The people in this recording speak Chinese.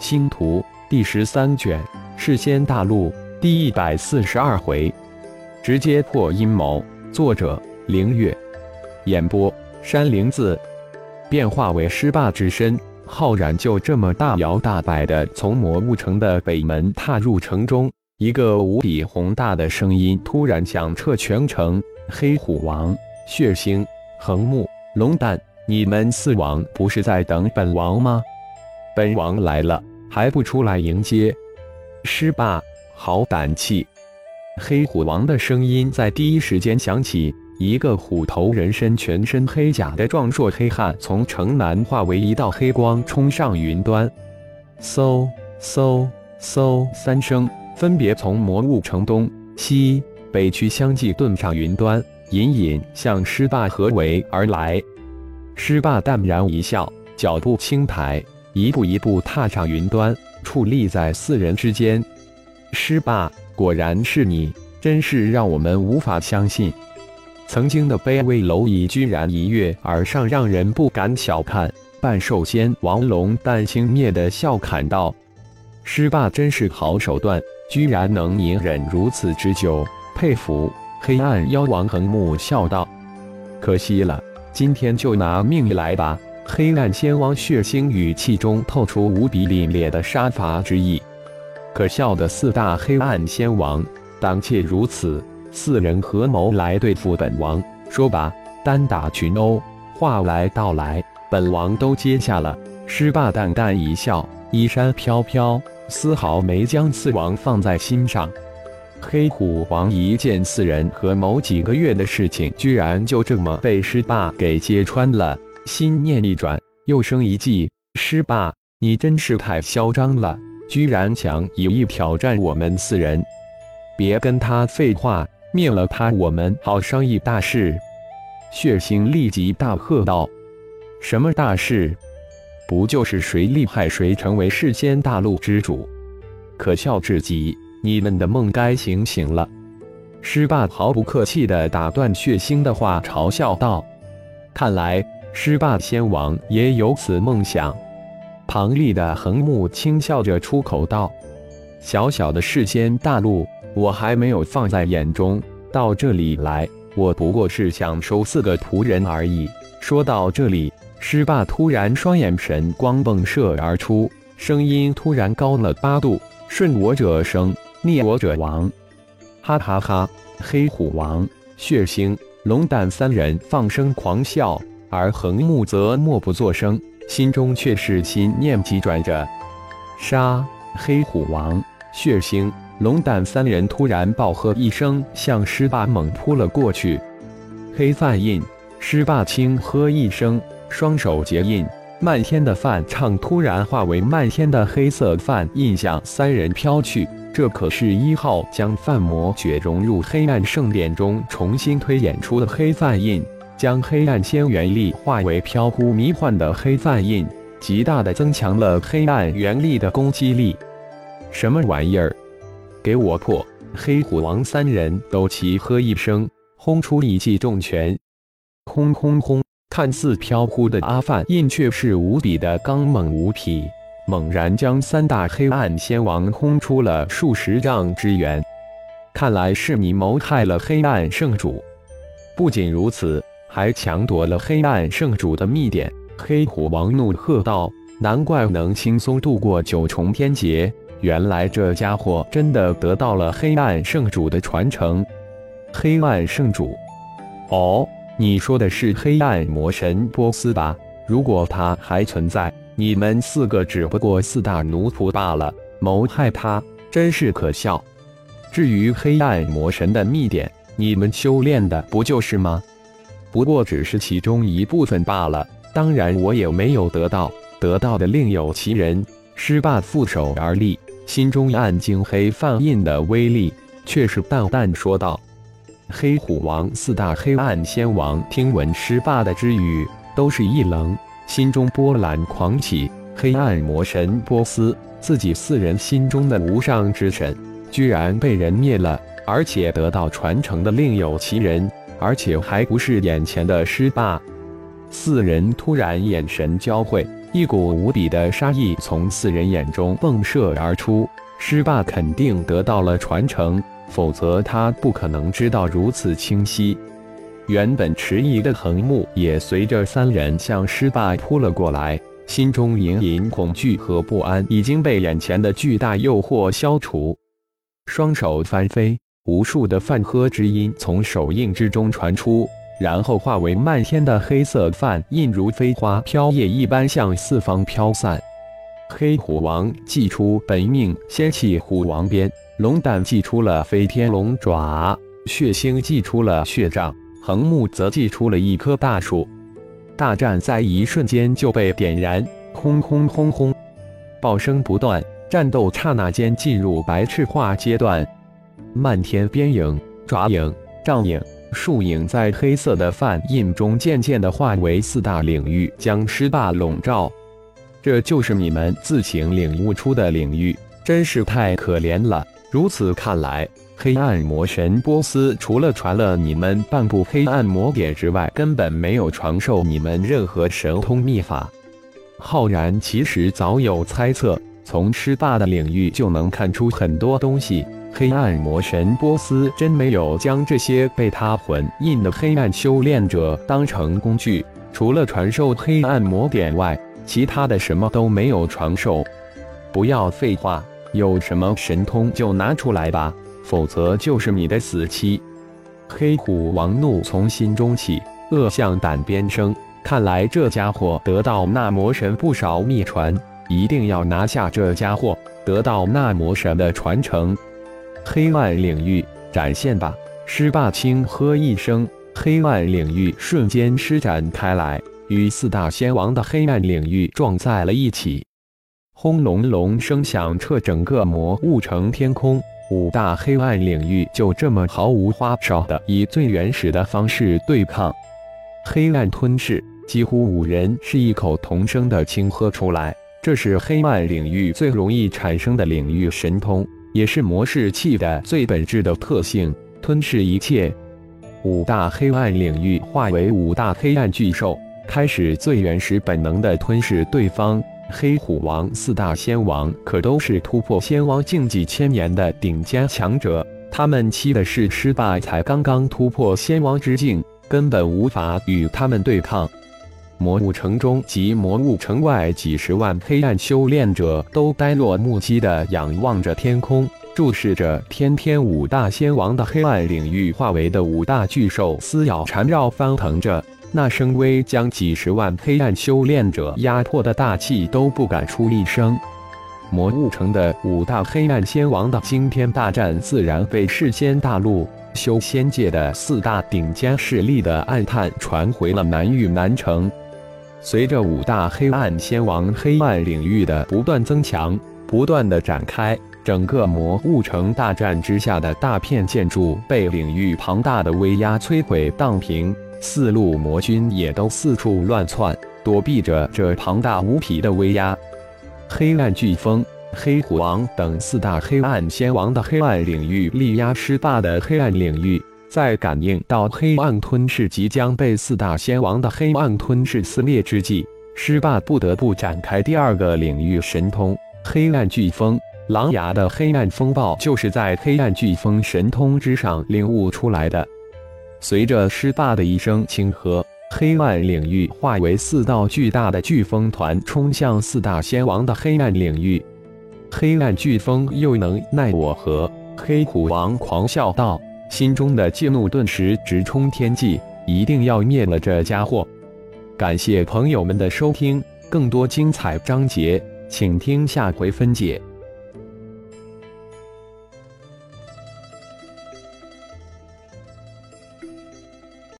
星图》第13卷，世仙大陆第142回，直接破阴谋。作者：凌月，演播：山灵子。变化为尸霸之身，浩然就这么大摇大摆地从魔物城的北门踏入城中。一个无比宏大的声音突然响彻全城：黑虎王、血星、横木、龙蛋，你们四王不是在等本王吗？本王来了，还不出来迎接？尸霸，好胆气！黑虎王的声音在第一时间响起，一个虎头人身、全身黑甲的壮硕黑汉从城南化为一道黑光，冲上云端。嗖嗖嗖三声，分别从魔物城东西北区相继遁上云端，隐隐向尸霸合围而来。尸霸淡然一笑，脚步轻抬，一步一步踏上云端，矗立在四人之间。尸霸，果然是你，真是让我们无法相信。曾经的卑微蝼蚁居然一跃而上，让人不敢小看。半兽仙王龙蛋轻蔑地笑侃道：尸霸真是好手段，居然能隐忍如此之久，佩服。黑暗妖王横木笑道：可惜了，今天就拿命来吧。黑暗仙王血腥语气中透出无比凛冽的杀伐之意。可笑的四大黑暗仙王，胆怯如此，四人合谋来对付本王。说吧，单打群殴，话来道来，本王都接下了。尸霸淡淡一笑，衣衫飘飘，丝毫没将四王放在心上。黑虎王一见四人合谋几个月的事情，居然就这么被尸霸给揭穿了，心念一转，又生一计：尸霸，你真是太嚣张了，居然想以意挑战我们四人！别跟他废话，灭了他，我们好商议大事。血星立即大喝道：什么大事？不就是谁厉害谁成为世间大陆之主？可笑至极！你们的梦该醒醒了。尸霸毫不客气地打断血星的话，嘲笑道：看来尸霸仙王也有此梦想。旁立的横木轻笑着出口道：小小的世间大陆，我还没有放在眼中，到这里来，我不过是想收4个仆人而已。说到这里，尸霸突然双眼神光迸射而出，声音突然高了8度：顺我者生，逆我者亡！哈哈哈！黑虎王、血星、龙蛋三人放声狂笑，而横木则默不作声，心中却是心念急转着。杀！黑虎王、血星、龙蛋三人突然暴喝一声，向尸霸猛扑了过去。黑饭印！尸霸轻喝一声，双手结印，漫天的饭畅突然化为漫天的黑色饭印向三人飘去。这可是1号将饭魔诀融入黑暗圣典中重新推演出的黑饭印，将黑暗仙元力化为飘忽迷幻的黑饭印，极大地增强了黑暗元力的攻击力。什么玩意儿？给我破！黑虎王三人都齐喝一声，轰出一记重拳。轰轰轰！看似飘忽的阿饭印却是无比的刚猛无匹，猛然将3大黑暗仙王轰出了数十丈之远。看来是你谋害了黑暗圣主，不仅如此，还抢夺了黑暗圣主的秘典。黑虎王怒喝道：难怪能轻松度过9重天劫，原来这家伙真的得到了黑暗圣主的传承。黑暗圣主？哦，你说的是黑暗魔神波斯吧？如果他还存在，你们4个只不过4大奴仆罢了，谋害他真是可笑。至于黑暗魔神的秘典，你们修炼的不就是吗？不过只是其中一部分罢了，当然我也没有得到，得到的另有其人。尸霸负手而立，心中暗惊黑饭印的威力，却是淡淡说道。黑虎王4大黑暗仙王听闻尸霸的之语，都是一愣，心中波澜狂起。黑暗魔神波斯，自己4人心中的无上之神，居然被人灭了，而且得到传承的另有其人，而且还不是眼前的尸霸。4人突然眼神交汇， 一股无比的杀意从四人眼中迸射而出。狮霸肯定得到了传承，否则他不可能知道如此清晰。原本迟疑的横木也随着三人向狮霸扑了过来，心中隐隐恐惧和不安已经被眼前的巨大诱惑消除。双手翻飞，无数的饭喝之音从手印之中传出，然后化为漫天的黑色饭印，如飞花飘叶一般向四方飘散。黑虎王祭出本命仙气虎王鞭，龙胆祭出了飞天龙爪，血星祭出了血杖，横木则祭出了一棵大树。大战在一瞬间就被点燃，轰轰轰轰，爆声不断，战斗刹那间进入白炽化阶段。漫天鞭影、爪影、杖影、树影在黑色的梵印中渐渐地化为四大领域，将狮霸笼罩。这就是你们自行领悟出的领域，真是太可怜了。如此看来，黑暗魔神波斯除了传了你们半部黑暗魔典之外，根本没有传授你们任何神通秘法。浩然其实早有猜测，从狮霸的领域就能看出很多东西。黑暗魔神波斯真没有将这些被他魂印的黑暗修炼者当成工具，除了传授黑暗魔典外，其他的什么都没有传授。不要废话，有什么神通就拿出来吧，否则就是你的死期。黑虎王怒从心中起，恶向胆边生。看来这家伙得到那魔神不少秘传，一定要拿下这家伙，得到那魔神的传承。黑暗领域展现吧！狮霸轻喝一声，黑暗领域瞬间施展开来，与四大仙王的黑暗领域撞在了一起。轰隆隆声响彻整个魔物城天空，五大黑暗领域就这么毫无花哨的以最原始的方式对抗。黑暗吞噬，几乎五人是异口同声的轻喝出来。这是黑暗领域最容易产生的领域神通，也是魔式器的最本质的特性，吞噬一切。五大黑暗领域化为五大黑暗巨兽，开始最原始本能的吞噬对方。黑虎王四大仙王可都是突破仙王境几千年的顶尖强者，他们欺的是狮霸才刚刚突破仙王之境，根本无法与他们对抗。魔物城中及魔物城外几十万黑暗修炼者都呆若木鸡地仰望着天空，注视着天五大仙王的黑暗领域化为的五大巨兽撕咬缠绕翻腾着，那声威将几十万黑暗修炼者压迫的大气都不敢出一声。魔物城的五大黑暗仙王的惊天大战自然被世间大陆修仙界的四大顶尖势力的暗探传回了南域南城。随着五大黑暗仙王黑暗领域的不断增强，不断的展开，整个魔物城大战之下的大片建筑被领域庞大的威压摧毁荡平，四路魔军也都四处乱窜，躲避着这庞大无匹的威压。黑暗飓风、黑虎王等四大黑暗仙王的黑暗领域力压狮霸的黑暗领域，在感应到黑暗吞噬即将被四大仙王的黑暗吞噬撕裂之际，狮霸不得不展开第二个领域神通黑暗飓风。狼牙的黑暗风暴就是在黑暗飓风神通之上领悟出来的。随着狮霸的一声轻喝，黑暗领域化为四道巨大的飓风团冲向四大仙王的黑暗领域。黑暗飓风又能奈我何？黑虎王狂笑道，心中的激怒顿时直冲天际，一定要灭了这家伙。感谢朋友们的收听，更多精彩章节，请听下回分解。